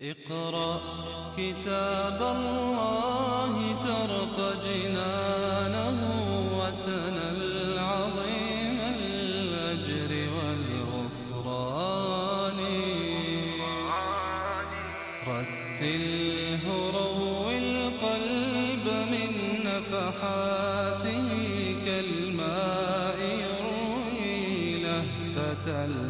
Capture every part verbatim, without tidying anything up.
اقرأ كتاب الله ترق جنانه وتنل عظيم الأجر والغفران. رتله روي القلب من نفحاته كالماء يروي لهفة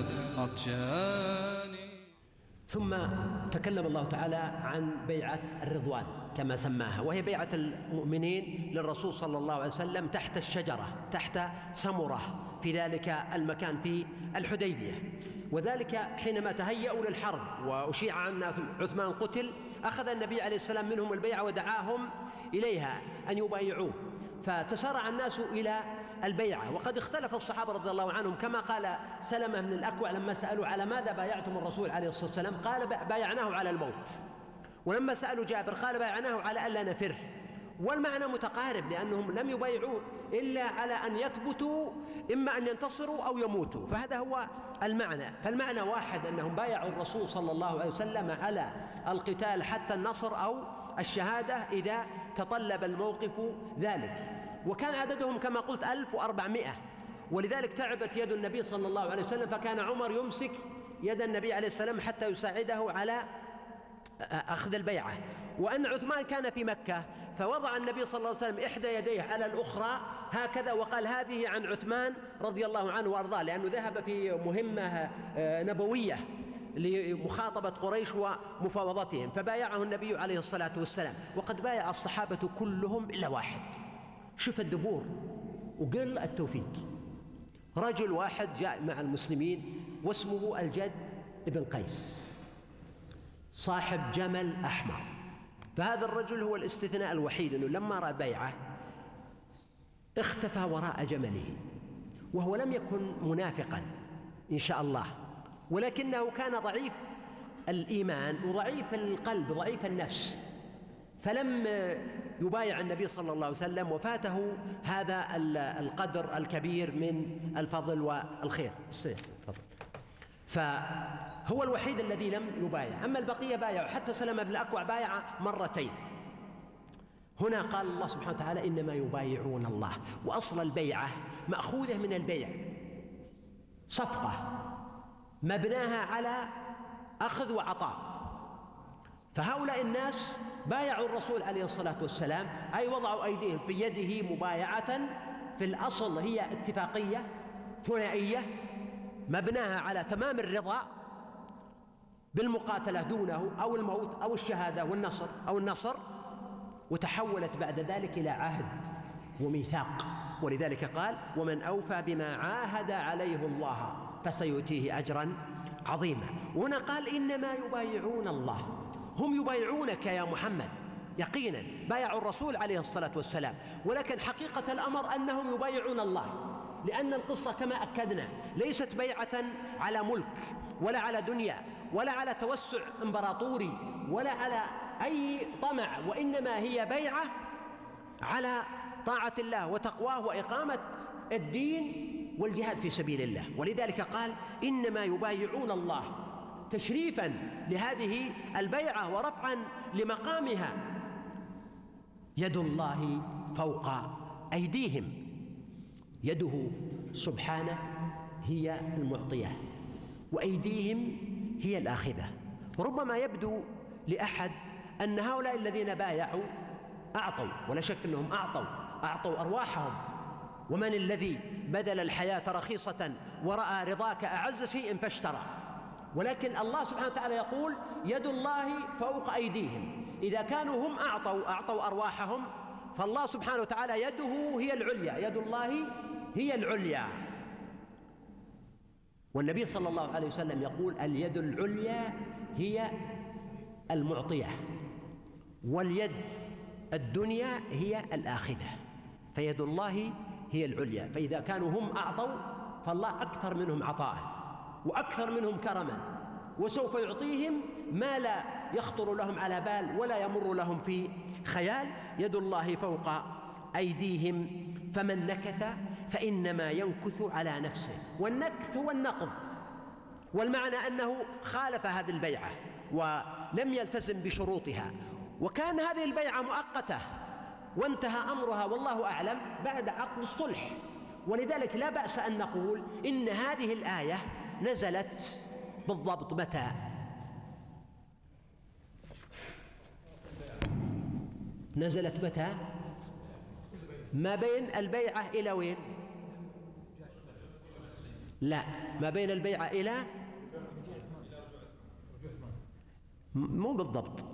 العطشان. ثم تكلم الله تعالى عن بيعة الرضوان كما سماها، وهي بيعة المؤمنين للرسول صلى الله عليه وسلم تحت الشجرة، تحت سمرة في ذلك المكان في الحديبية. وذلك حينما تهيأوا للحرب وأشيع أن عثمان قتل، أخذ النبي عليه السلام منهم البيعة ودعاهم إليها أن يبايعوه، فتسارع الناس إلى البيعة. وقد اختلف الصحابة رضي الله عنهم، كما قال سلمة بن الأكوع لما سألوا على ماذا بايعتم الرسول عليه الصلاة والسلام، قال بايعناه على الموت. ولما سألوا جابر قال بايعناه على ألا نفر. والمعنى متقارب، لأنهم لم يبايعوا إلا على أن يثبتوا، إما أن ينتصروا أو يموتوا، فهذا هو المعنى. فالمعنى واحد، أنهم بايعوا الرسول صلى الله عليه وسلم على القتال حتى النصر أو الشهادة إذا تطلب الموقف ذلك. وكان عددهم كما قلت ألف وأربعمائة، ولذلك تعبت يد النبي صلى الله عليه وسلم، فكان عمر يمسك يد النبي عليه السلام حتى يساعده على أخذ البيعة. وأن عثمان كان في مكة، فوضع النبي صلى الله عليه وسلم إحدى يديه على الأخرى هكذا، وقال هذه عن عثمان رضي الله عنه وأرضاه، لأنه ذهب في مهمة نبوية لمخاطبة قريش ومفاوضتهم، فبايعه النبي عليه الصلاة والسلام. وقد بايع الصحابة كلهم إلا واحد، شوف الدبور وقل التوفيق. رجل واحد جاء مع المسلمين واسمه الجد بن قيس، صاحب جمل أحمر. فهذا الرجل هو الاستثناء الوحيد، أنه لما رأى بيعة اختفى وراء جمله، وهو لم يكن منافقا إن شاء الله، ولكنه كان ضعيف الإيمان وضعيف القلب ضعيف النفس، فلم يبايع النبي صلى الله عليه وسلم، وفاته هذا القدر الكبير من الفضل والخير. فهو الوحيد الذي لم يبايع، أما البقية بايعوا، حتى سلمة بن الأكوع بايع مرتين. هنا قال الله سبحانه وتعالى إنما يبايعون الله، وأصل البيعة مأخوذة من البيع، صفقة مبناها على أخذ وعطاء. فهؤلاء الناس بايعوا الرسول عليه الصلاة والسلام، أي وضعوا أيديهم في يده مبايعة في الأصل هي اتفاقية ثنائية مبناها على تمام الرضا بالمقاتلة دونه أو الموت أو الشهادة والنصر أو النصر، وتحولت بعد ذلك إلى عهد وميثاق. ولذلك قال ومن أوفى بما عاهد عليه الله فسيؤتيه أجرا عظيما. وهنا قال إنما يبايعون الله، هم يبايعونك يا محمد يقينا، بايعوا الرسول عليه الصلاة والسلام، ولكن حقيقة الأمر أنهم يبايعون الله، لأن القصة كما أكدنا ليست بيعة على ملك ولا على دنيا ولا على توسع إمبراطوري ولا على أي طمع، وإنما هي بيعة على طاعة الله وتقواه وإقامة الدين والجهاد في سبيل الله. ولذلك قال إنما يبايعون الله تشريفاً لهذه البيعة ورفعاً لمقامها. يد الله فوق أيديهم، يده سبحانه هي المعطية وأيديهم هي الآخذة. وربما يبدو لأحد أن هؤلاء الذين بايعوا أعطوا، ولا شك أنهم أعطوا أعطوا أرواحهم، ومن الذي بذل الحياة رخيصة ورأى رضاك أعز شيء فاشترى. ولكن الله سبحانه وتعالى يقول يد الله فوق أيديهم، إذا كانوا هم أعطوا أعطوا أرواحهم، فالله سبحانه وتعالى يده هي العليا، يد الله هي العليا. والنبي صلى الله عليه وسلم يقول اليد العليا هي المعطية، واليد الدنيا هي الآخذة، فيد الله هي العليا. فإذا كانوا هم أعطوا فالله أكثر منهم عطاء وأكثر منهم كرما، وسوف يعطيهم ما لا يخطر لهم على بال ولا يمر لهم في خيال. يد الله فوق أيديهم فمن نكث فإنما ينكث على نفسه. والنكث هو النقض، والمعنى أنه خالف هذه البيعة لم يلتزم بشروطها، وكان هذه البيعة مؤقتة وانتهى أمرها والله أعلم بعد عقد الصلح. ولذلك لا بأس أن نقول إن هذه الآية نزلت بالضبط متى؟ نزلت متى؟ ما بين البيعة إلى وين؟ لا، ما بين البيعة إلى مو بالضبط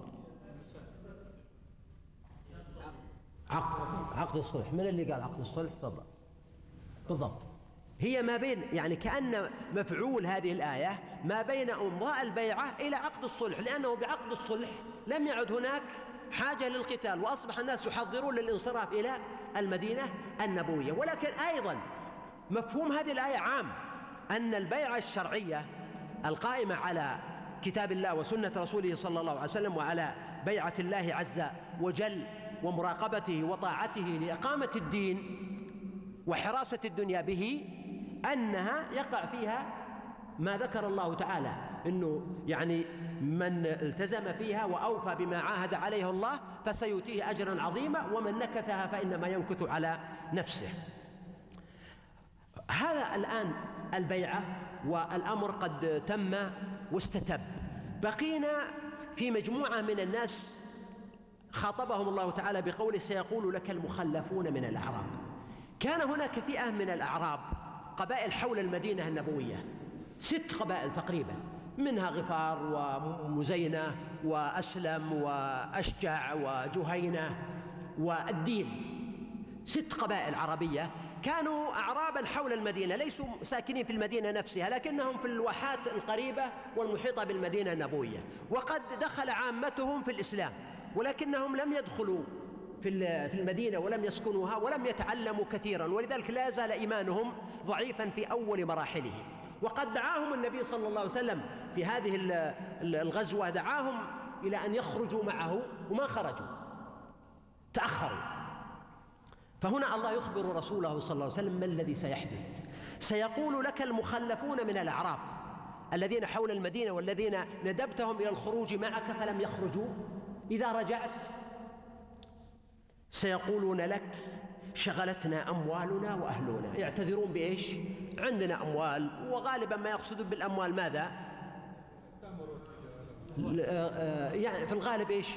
عقد عقد الصلح. من اللي قال عقد الصلح؟ تفضل. بالضبط، هي ما بين، يعني كأن مفعول هذه الآية ما بين إمضاء البيعة إلى عقد الصلح، لأنه بعقد الصلح لم يعد هناك حاجة للقتال، وأصبح الناس يحضرون للانصراف إلى المدينة النبوية. ولكن أيضا مفهوم هذه الآية عام، أن البيعة الشرعية القائمة على كتاب الله وسنة رسوله صلى الله عليه وسلم وعلى بيعة الله عز وجل ومراقبته وطاعته لإقامة الدين وحراسة الدنيا به، أنها يقع فيها ما ذكر الله تعالى، أنه يعني من التزم فيها وأوفى بما عاهد عليه الله فسيؤتيه أجرا عظيما، ومن نكثها فإنما ينكث على نفسه. هذا الآن البيعة والأمر قد تم واستتب. بقينا في مجموعة من الناس خاطبهم الله تعالى بقوله سيقول لك المخلفون من الأعراب. كان هناك فئة من الأعراب، قبائل حول المدينة النبوية، ست قبائل تقريبا، منها غفار ومزينة وأسلم وأشجع وجهينة والدين، ست قبائل عربية كانوا أعرابا حول المدينة، ليسوا ساكنين في المدينة نفسها، لكنهم في الواحات القريبة والمحيطة بالمدينة النبوية، وقد دخل عامتهم في الإسلام، ولكنهم لم يدخلوا في المدينة ولم يسكنوها ولم يتعلموا كثيرا، ولذلك لا يزال إيمانهم ضعيفا في أول مراحله. وقد دعاهم النبي صلى الله عليه وسلم في هذه الغزوة، دعاهم إلى أن يخرجوا معه وما خرجوا، تأخروا. فهنا الله يخبر رسوله صلى الله عليه وسلم ما الذي سيحدث. سيقول لك المخلفون من الأعراب الذين حول المدينة والذين ندبتهم إلى الخروج معك فلم يخرجوا، إذا رجعت سيقولون لك شغلتنا أموالنا وأهلنا. يعتذرون بإيش؟ عندنا أموال، وغالبا ما يقصدون بالأموال ماذا؟ يعني في الغالب إيش؟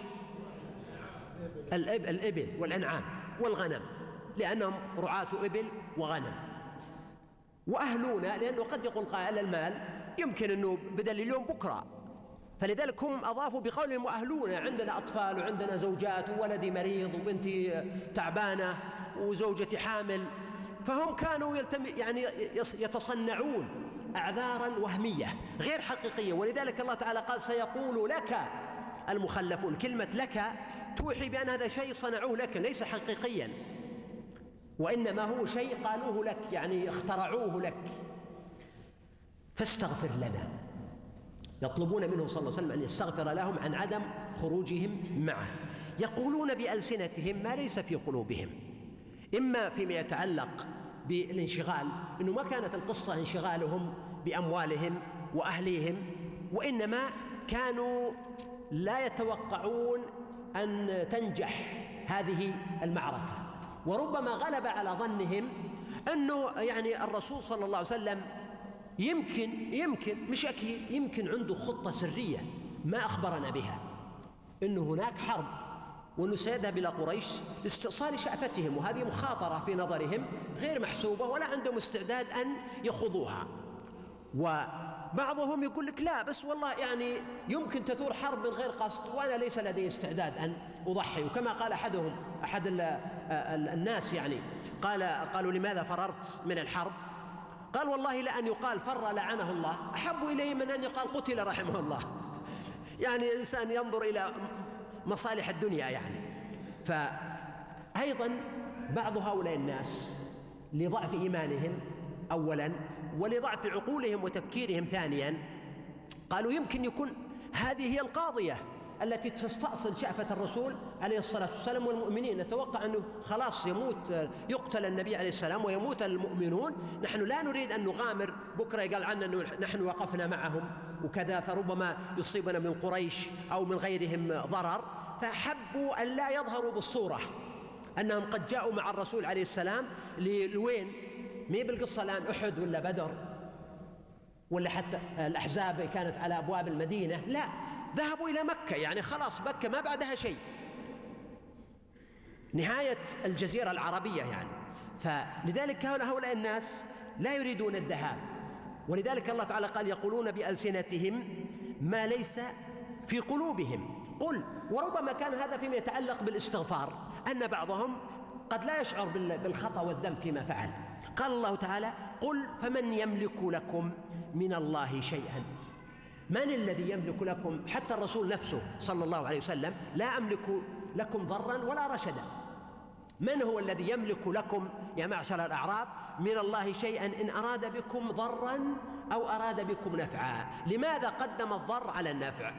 الإبل والأنعام والغنم، لأنهم رعاة إبل وغنم. وأهلنا لأنه قد يقول قائل المال يمكن أنه بدل اليوم بكرة، فلذلك هم أضافوا بقولهم وأهلنا، عندنا أطفال وعندنا زوجات وولدي مريض وبنتي تعبانة وزوجتي حامل. فهم كانوا يلتم يعني يتصنعون أعذارا وهمية غير حقيقية. ولذلك الله تعالى قال سيقول لك المخلفون. كلمة لك توحي بأن هذا شيء صنعوه لك ليس حقيقيا، وإنما هو شيء قالوه لك، يعني اخترعوه لك، فاستغفر لنا. يطلبون منه صلى الله عليه وسلم أن يستغفر لهم عن عدم خروجهم معه. يقولون بألسنتهم ما ليس في قلوبهم، إما فيما يتعلق بالانشغال، إنه ما كانت القصة انشغالهم بأموالهم وأهليهم، وإنما كانوا لا يتوقعون أن تنجح هذه المعركة، وربما غلب على ظنهم أنه يعني الرسول صلى الله عليه وسلم يمكن يمكن مش أكيد يمكن عنده خطة سرية ما أخبرنا بها، أنه هناك حرب وأنه سيذهب إلى قريش لاستئصال شأفتهم، وهذه مخاطرة في نظرهم غير محسوبة ولا عندهم استعداد أن يخوضوها. وبعضهم يقول لك لا بس والله يعني يمكن تثور حرب من غير قصد وأنا ليس لدي استعداد أن أضحي. وكما قال أحدهم أحد الناس يعني قال قالوا لماذا فررت من الحرب؟ قال والله لأن يقال فر لعنه الله أحب إليه من أن يقال قتل رحمه الله. يعني الإنسان ينظر إلى مصالح الدنيا يعني. فأيضا بعض هؤلاء الناس لضعف إيمانهم أولا ولضعف عقولهم وتفكيرهم ثانيا قالوا يمكن يكون هذه هي القاضية التي تستأصل شأفة الرسول عليه الصلاة والسلام والمؤمنين. نتوقع أنه خلاص يموت يقتل النبي عليه السلام ويموت المؤمنون، نحن لا نريد أن نغامر بكرة يقال عنا أنه نحن وقفنا معهم وكذا، فربما يصيبنا من قريش أو من غيرهم ضرر، فحبوا أن لا يظهروا بالصورة أنهم قد جاءوا مع الرسول عليه السلام لوين؟ مي بالقصة الآن أحد ولا بدر ولا حتى الأحزاب كانت على أبواب المدينة، لا، ذهبوا إلى مكة، يعني خلاص مكة ما بعدها شيء، نهاية الجزيرة العربية يعني. فلذلك هؤلاء الناس لا يريدون الذهاب، ولذلك الله تعالى قال يقولون بألسنتهم ما ليس في قلوبهم. قل، وربما كان هذا فيما يتعلق بالاستغفار، أن بعضهم قد لا يشعر بالخطأ والذنب فيما فعل. قال الله تعالى قل فمن يملك لكم من الله شيئا. من الذي يملك لكم؟ حتى الرسول نفسه صلى الله عليه وسلم لا أملك لكم ضرا ولا رشدا. من هو الذي يملك لكم يا معشر الأعراب من الله شيئا إن أراد بكم ضرا أو أراد بكم نفعا؟ لماذا قدم الضر على النفع؟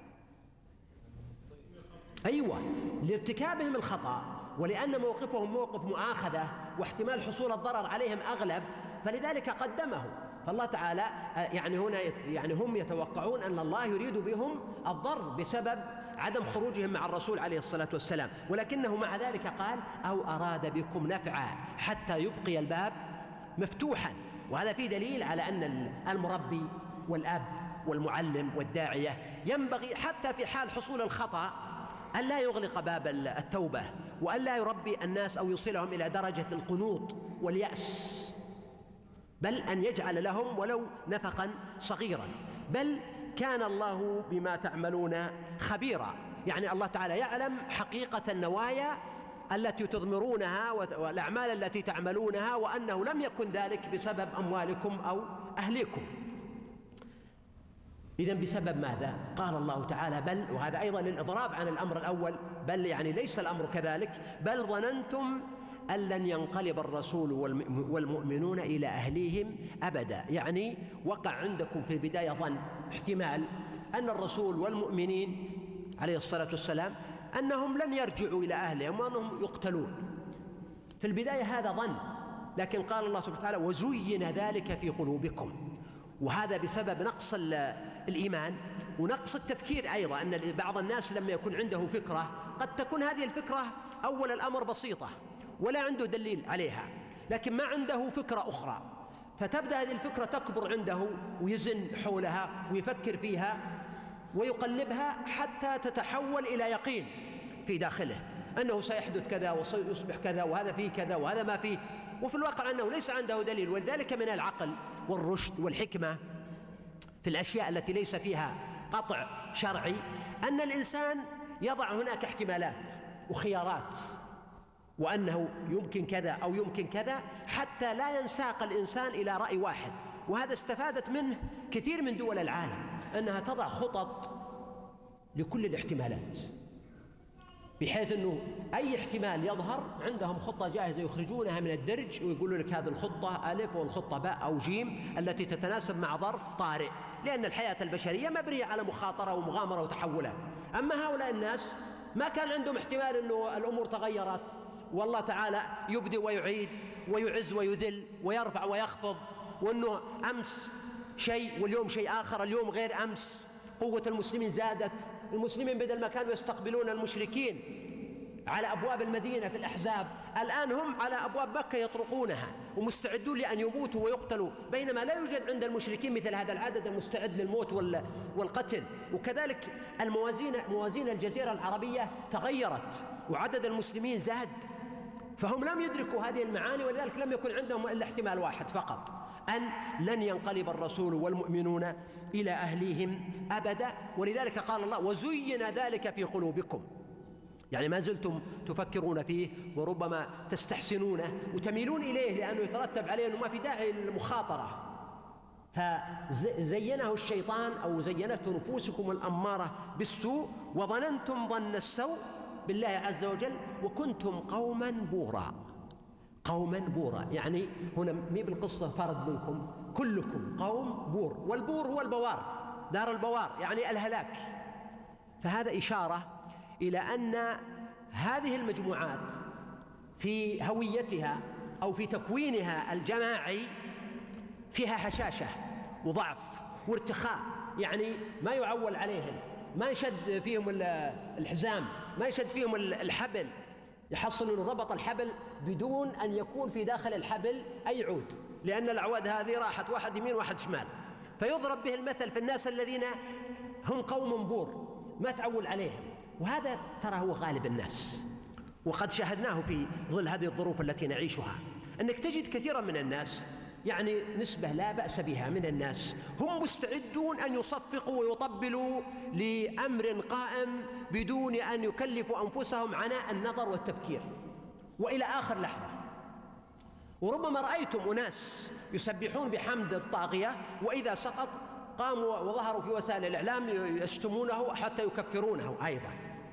أيوة، لارتكابهم الخطأ، ولأن موقفهم موقف مؤاخذة واحتمال حصول الضرر عليهم أغلب، فلذلك قدمه. فالله تعالى يعني هنا يعني هم يتوقعون أن الله يريد بهم الضر بسبب عدم خروجهم مع الرسول عليه الصلاة والسلام، ولكنه مع ذلك قال أو أراد بكم نفعا حتى يبقي الباب مفتوحا. وهذا فيه دليل على أن المربي والأب والمعلم والداعية ينبغي حتى في حال حصول الخطأ أن لا يغلق باب التوبة، وأن لا يربي الناس أو يوصلهم إلى درجة القنوط واليأس، بل أن يجعل لهم ولو نفقا صغيرا. بل كان الله بما تعملون خبيرا، يعني الله تعالى يعلم حقيقة النوايا التي تضمرونها والأعمال التي تعملونها، وأنه لم يكن ذلك بسبب أموالكم أو أهليكم. إذن بسبب ماذا؟ قال الله تعالى بل، وهذا أيضا للإضراب عن الأمر الأول، بل يعني ليس الأمر كذلك، بل ظننتم أن لن ينقلب الرسول والمؤمنون إلى أهليهم أبدا. يعني وقع عندكم في البداية ظن، احتمال أن الرسول والمؤمنين عليه الصلاة والسلام أنهم لن يرجعوا إلى أهلهم وأنهم يقتلون. في البداية هذا ظن، لكن قال الله سبحانه وتعالى وزين ذلك في قلوبكم، وهذا بسبب نقص الإيمان ونقص التفكير أيضا. أن بعض الناس لما يكون عنده فكرة قد تكون هذه الفكرة أول الأمر بسيطة ولا عنده دليل عليها، لكن ما عنده فكرة أخرى، فتبدأ هذه الفكرة تكبر عنده ويزن حولها ويفكر فيها ويقلبها حتى تتحول إلى يقين في داخله أنه سيحدث كذا وسيصبح كذا وهذا فيه كذا وهذا ما فيه، وفي الواقع أنه ليس عنده دليل. ولذلك من العقل والرشد والحكمة في الأشياء التي ليس فيها قطع شرعي أن الإنسان يضع هناك احتمالات وخيارات، وأنه يمكن كذا أو يمكن كذا، حتى لا ينساق الإنسان إلى رأي واحد. وهذا استفادت منه كثير من دول العالم، أنها تضع خطط لكل الاحتمالات، بحيث أنه أي احتمال يظهر عندهم خطة جاهزة يخرجونها من الدرج ويقولوا لك هذه الخطة ألف والخطة باء أو جيم التي تتناسب مع ظرف طارئ، لأن الحياة البشرية مبنية على مخاطرة ومغامرة وتحولات. أما هؤلاء الناس ما كان عندهم احتمال أنه الأمور تغيرت والله تعالى يبدي ويعيد ويعز ويذل ويرفع ويخفض، وأنه أمس شيء واليوم شيء آخر، اليوم غير أمس، قوة المسلمين زادت، المسلمين بدل ما كانوا يستقبلون المشركين على أبواب المدينة في الأحزاب الآن هم على أبواب مكة يطرقونها ومستعدون لأن يموتوا ويقتلوا، بينما لا يوجد عند المشركين مثل هذا العدد المستعد للموت والقتل. وكذلك الموازين موازين الجزيرة العربية تغيرت وعدد المسلمين زاد، فهم لم يدركوا هذه المعاني، ولذلك لم يكن عندهم إلا احتمال واحد فقط، أن لن ينقلب الرسول والمؤمنون إلى أهليهم أبدا. ولذلك قال الله وزين ذلك في قلوبكم، يعني ما زلتم تفكرون فيه وربما تستحسنونه وتميلون إليه لأنه يترتب عليه أنه ما في داعي للمخاطرة، فزينه الشيطان أو زينته نفوسكم الأمارة بالسوء وظننتم ظن السوء بالله عز وجل وكنتم قوما بورا. قوما بورا يعني هنا مي بالقصة فرد منكم، كلكم قوم بور، والبور هو البوار، دار البوار يعني الهلاك. فهذا إشارة إلى أن هذه المجموعات في هويتها أو في تكوينها الجماعي فيها هشاشة وضعف وارتخاء يعني ما يعول عليهم، ما يشد فيهم الحزام، ما يشد فيهم الحبل، يحصل أنه ربط الحبل بدون أن يكون في داخل الحبل أي عود، لأن الأعواد هذه راحت واحد يمين واحد شمال، فيضرب به المثل في الناس الذين هم قوم بور ما تعول عليهم. وهذا ترى هو غالب الناس، وقد شاهدناه في ظل هذه الظروف التي نعيشها، أنك تجد كثيرا من الناس، يعني نسبة لا بأس بها من الناس، هم مستعدون أن يصفقوا ويطبلوا لأمر قائم بدون أن يكلفوا أنفسهم عناء النظر والتفكير وإلى آخر لحظة. وربما رأيتم أناس يسبحون بحمد الطاغية وإذا سقط قاموا وظهروا في وسائل الإعلام يشتمونه حتى يكفرونه أيضا.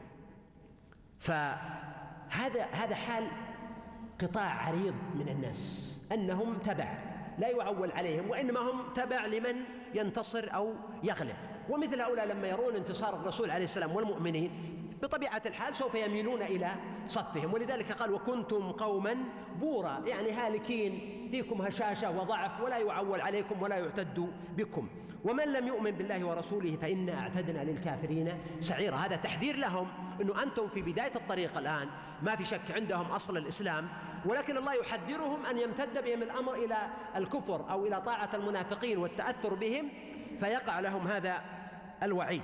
فهذا هذا حال قطاع عريض من الناس، أنهم تبع لا يعول عليهم، وإنما هم تبع لمن ينتصر أو يغلب. ومثل هؤلاء لما يرون انتصار الرسول عليه السلام والمؤمنين بطبيعة الحال سوف يميلون إلى صفهم، ولذلك قال وكنتم قوما بورا، يعني هالكين، فيكم هشاشة وضعف ولا يعول عليكم ولا يعتد بكم. ومن لم يؤمن بالله ورسوله فإنا أعتدنا للكافرين سعيرا. هذا تحذير لهم أنه أنتم في بداية الطريق الآن، ما في شك عندهم أصل الإسلام، ولكن الله يحذرهم أن يمتد بهم الأمر إلى الكفر أو إلى طاعة المنافقين والتأثر بهم فيقع لهم هذا الوعيد.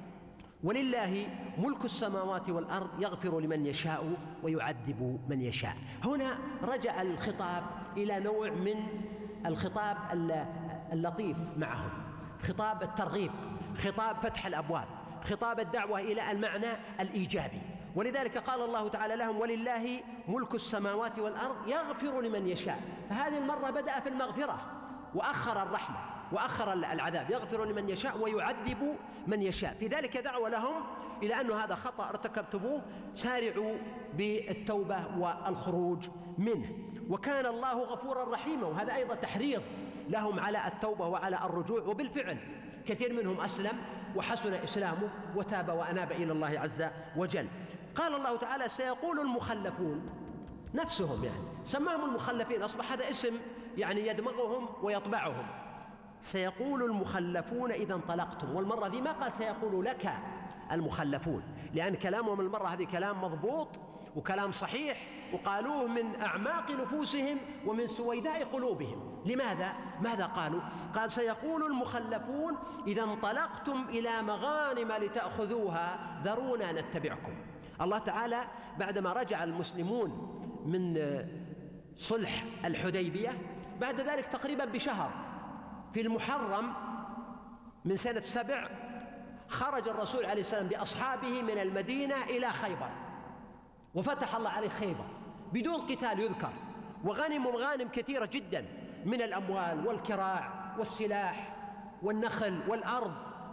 ولله ملك السماوات والأرض يغفر لمن يشاء ويعذب من يشاء. هنا رجع الخطاب إلى نوع من الخطاب اللطيف معهم، خطاب الترغيب، خطاب فتح الأبواب، خطاب الدعوة إلى المعنى الإيجابي. ولذلك قال الله تعالى لهم ولله ملك السماوات والأرض يغفر لمن يشاء. فهذه المرة بدأ في المغفرة وأخر الرحمة وأخر العذاب، يغفر لمن يشاء ويعذب من يشاء. في ذلك دعوة لهم إلى أن هذا خطأ ارتكبتموه سارعوا بالتوبة والخروج منه، وكان الله غفورا رحيما. وهذا أيضا تحريض لهم على التوبة وعلى الرجوع، وبالفعل كثير منهم أسلم وحسن إسلامه وتاب وأناب إلى الله عز وجل. قال الله تعالى سيقول المخلفون، نفسهم يعني سماهم المخلفين، أصبح هذا اسم يعني يدمغهم ويطبعهم. سيقول المخلفون إذا انطلقتم، والمرة ذي ما قال سيقول لك المخلفون، لأن كلامهم المرة هذه كلام مضبوط وكلام صحيح، وقالوه من أعماق نفوسهم ومن سويداء قلوبهم. لماذا؟ ماذا قالوا؟ قال سيقول المخلفون إذا انطلقتم إلى مغانم لتأخذوها ذرونا نتبعكم. الله تعالى بعدما رجع المسلمون من صلح الحديبية بعد ذلك تقريبا بشهر في المحرم من سنة سبع خرج الرسول عليه السلام بأصحابه من المدينة إلى خيبر، وفتح الله عليه خيبر بدون قتال يذكر، وغنموا مغانم كثيرة جدا من الأموال والكراع والسلاح والنخل والأرض.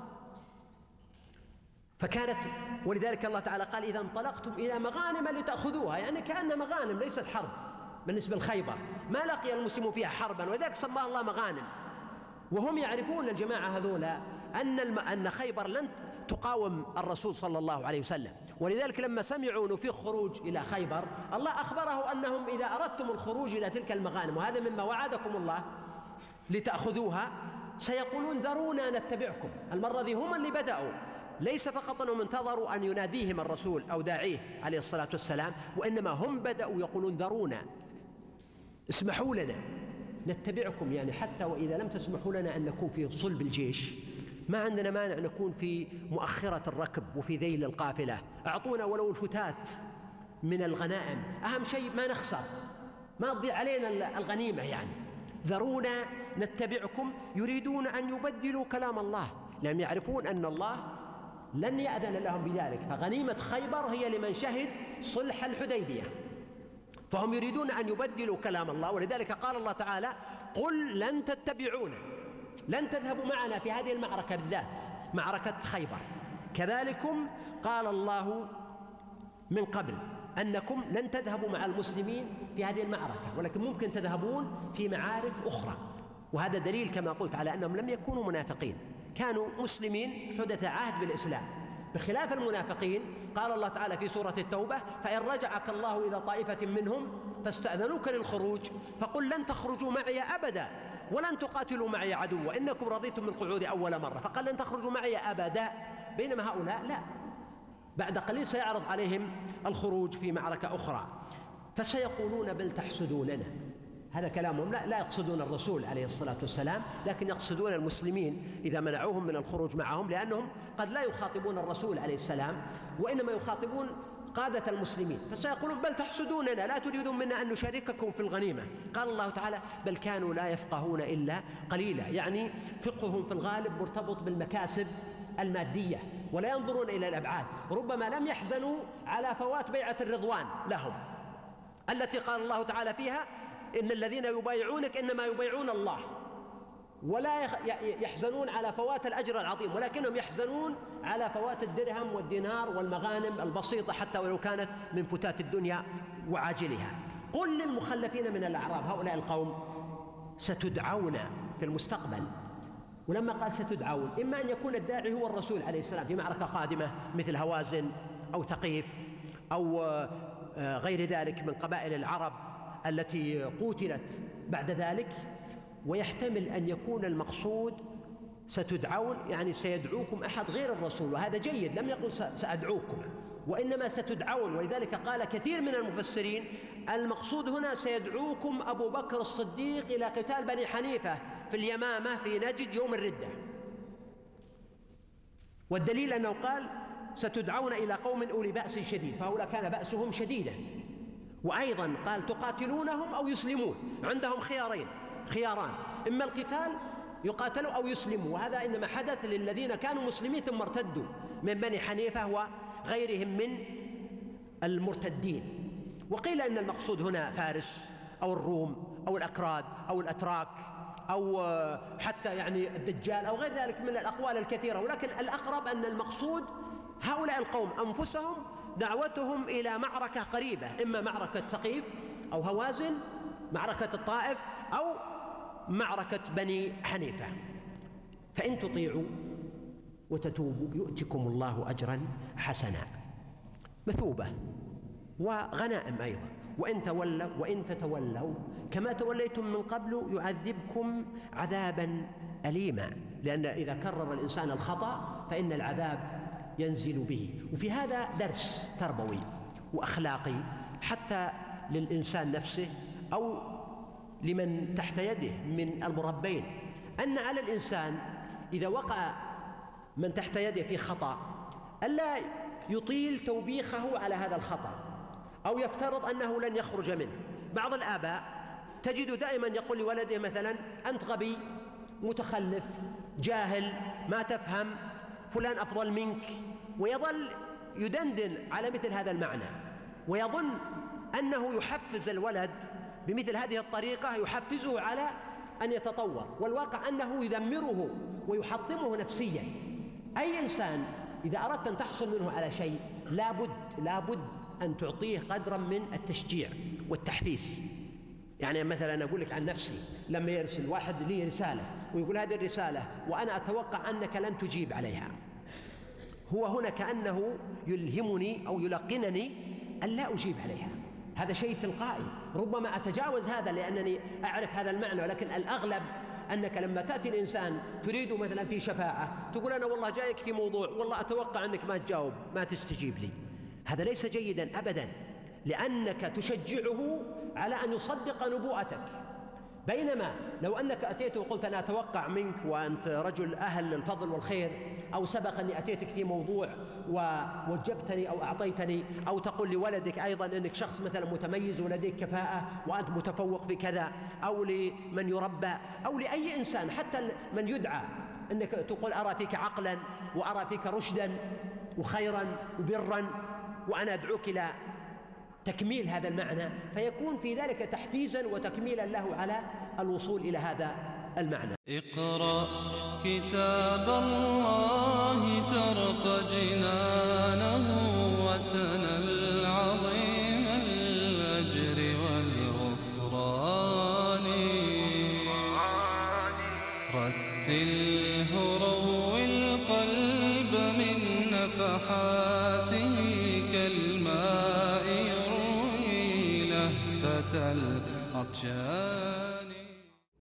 فكانت ولذلك الله تعالى قال إذا انطلقتم إلى مغانم لتأخذوها، يعني كأن مغانم ليست حرب بالنسبة لخيبر، ما لقي المسلمون فيها حربا، وذلك سماها الله مغانم. وهم يعرفون الجماعة هذولا أن الم... أن خيبر لن تقاوم الرسول صلى الله عليه وسلم، ولذلك لما سمعوا أنه في خروج إلى خيبر الله أخبره أنهم إذا أردتم الخروج إلى تلك المغانم، وهذا مما وعدكم الله لتأخذوها، سيقولون ذرونا نتبعكم. المرة ذي هم اللي بدأوا، ليس فقط أنهم انتظروا أن يناديهم الرسول أو داعيه عليه الصلاة والسلام، وإنما هم بدأوا يقولون ذرونا، اسمحوا لنا نتبعكم، يعني حتى وإذا لم تسمحوا لنا أن نكون في صلب الجيش ما عندنا مانع نكون في مؤخرة الركب وفي ذيل القافلة، أعطونا ولو الفتات من الغنائم، أهم شيء ما نخسر، ما تضيع علينا الغنيمة. يعني ذرونا نتبعكم، يريدون أن يبدلوا كلام الله، لأنهم يعرفون أن الله لن يأذن لهم بذلك. فغنيمة خيبر هي لمن شهد صلح الحديبية، فهم يريدون أن يبدلوا كلام الله. ولذلك قال الله تعالى قل لن تتبعونا، لن تذهبوا معنا في هذه المعركة بالذات، معركة خيبر. كذلكم قال الله من قبل أنكم لن تذهبوا مع المسلمين في هذه المعركة، ولكن ممكن تذهبون في معارك أخرى. وهذا دليل كما قلت على أنهم لم يكونوا منافقين، كانوا مسلمين حدث عهد بالإسلام، بخلاف المنافقين. قال الله تعالى في سورة التوبة فإن رجعك الله إلى طائفة منهم فاستأذنوك للخروج فقل لن تخرجوا معي أبدا ولن تقاتلوا معي عدوا إنكم رضيتم من القعود أول مرة، فقال لن تخرجوا معي أبدا. بينما هؤلاء لا، بعد قليل سيعرض عليهم الخروج في معركة أخرى، فسيقولون بل تحسدوننا. هذا كلامهم، لا, لا يقصدون الرسول عليه الصلاة والسلام، لكن يقصدون المسلمين إذا منعوهم من الخروج معهم، لأنهم قد لا يخاطبون الرسول عليه السلام وإنما يخاطبون قادة المسلمين، فسيقولون بل تحسدوننا لا تريدون منا أن نشارككم في الغنيمة. قال الله تعالى بل كانوا لا يفقهون إلا قليلا، يعني فقههم في الغالب مرتبط بالمكاسب المادية ولا ينظرون إلى الأبعاد. ربما لم يحزنوا على فوات بيعة الرضوان لهم التي قال الله تعالى فيها إن الذين يبايعونك إنما يبايعون الله، ولا يحزنون على فوات الأجر العظيم، ولكنهم يحزنون على فوات الدرهم والدينار والمغانم البسيطة حتى ولو كانت من فتات الدنيا وعاجلها. قل للمخلفين من الأعراب، هؤلاء القوم ستدعون في المستقبل. ولما قال ستدعون، إما أن يكون الداعي هو الرسول عليه السلام في معركة قادمة مثل هوازن أو ثقيف أو غير ذلك من قبائل العرب التي قتلت بعد ذلك، ويحتمل أن يكون المقصود ستدعون يعني سيدعوكم أحد غير الرسول، وهذا جيد، لم يقل سأدعوكم وإنما ستدعون. ولذلك قال كثير من المفسرين المقصود هنا سيدعوكم أبو بكر الصديق إلى قتال بني حنيفة في اليمامة في نجد يوم الردة، والدليل أنه قال ستدعون إلى قوم أولي بأس شديد، فهؤلاء كان بأسهم شديدا. وأيضا قال تقاتلونهم أو يسلمون، عندهم خيارين خياران، إما القتال يقاتلوا أو يسلموا، وهذا إنما حدث للذين كانوا مسلمين ثم ارتدوا من بني حنيفة وغيرهم من المرتدين. وقيل إن المقصود هنا فارس أو الروم أو الأكراد أو الأتراك أو حتى يعني الدجال أو غير ذلك من الأقوال الكثيرة، ولكن الأقرب أن المقصود هؤلاء القوم أنفسهم دعوتهم إلى معركة قريبة، إما معركة ثقيف أو هوازن، معركة الطائف أو معركة بني حنيفة. فإن تطيعوا وتتوبوا يؤتكم الله أجرا حسنا، مثوبة وغنائم أيضا. وإن تولوا وإن تتولوا كما توليتم من قبل يعذبكم عذابا أليما، لأن إذا كرر الإنسان الخطأ فإن العذاب ينزل به. وفي هذا درس تربوي وأخلاقي حتى للإنسان نفسه أو لمن تحت يده من المربين، أن على الإنسان إذا وقع من تحت يده في خطأ ألا يطيل توبيخه على هذا الخطأ أو يفترض أنه لن يخرج منه. بعض الآباء تجد دائما يقول لولده مثلا أنت غبي، متخلف، جاهل، ما تفهم، فلان أفضل منك، ويظل يدندن على مثل هذا المعنى، ويظن أنه يحفز الولد بمثل هذه الطريقة، يحفزه على أن يتطور، والواقع أنه يدمره ويحطمه نفسيا. أي إنسان إذا أردت أن تحصل منه على شيء لابد لابد أن تعطيه قدرا من التشجيع والتحفيز. يعني مثلا أقول لك عن نفسي، لما يرسل واحد لي رسالة ويقول هذه الرسالة وأنا أتوقع أنك لن تجيب عليها، هو هنا كأنه يلهمني أو يلقنني أن لا أجيب عليها. هذا شيء تلقائي، ربما أتجاوز هذا لأنني أعرف هذا المعنى، ولكن الأغلب أنك لما تأتي الإنسان تريد مثلا في شفاعة تقول أنا والله جايك في موضوع، والله أتوقع أنك ما تجاوب ما تستجيب لي. هذا ليس جيدا أبدا، لأنك تشجعه على أن يصدق نبوءتك. بينما لو أنك أتيت وقلت أنا أتوقع منك وأنت رجل أهل الفضل والخير، أو سبق أني أتيتك في موضوع ووجبتني أو أعطيتني، أو تقول لولدك أيضا أنك شخص مثلا متميز ولديك كفاءة وأنت متفوق في كذا، أو لمن يربى أو لأي إنسان حتى من يدعى، أنك تقول أرى فيك عقلا وأرى فيك رشدا وخيرا وبرا وأنا أدعوك إلى تكميل هذا المعنى، فيكون في ذلك تحفيزا وتكميلا له على الوصول إلى هذا المعنى. اقرأ كتاب الله ترق جنانه وتنل عظيم الأجر والغفران، رتله روي القلب من نفحاته كالماء يروي لهفة العطشان.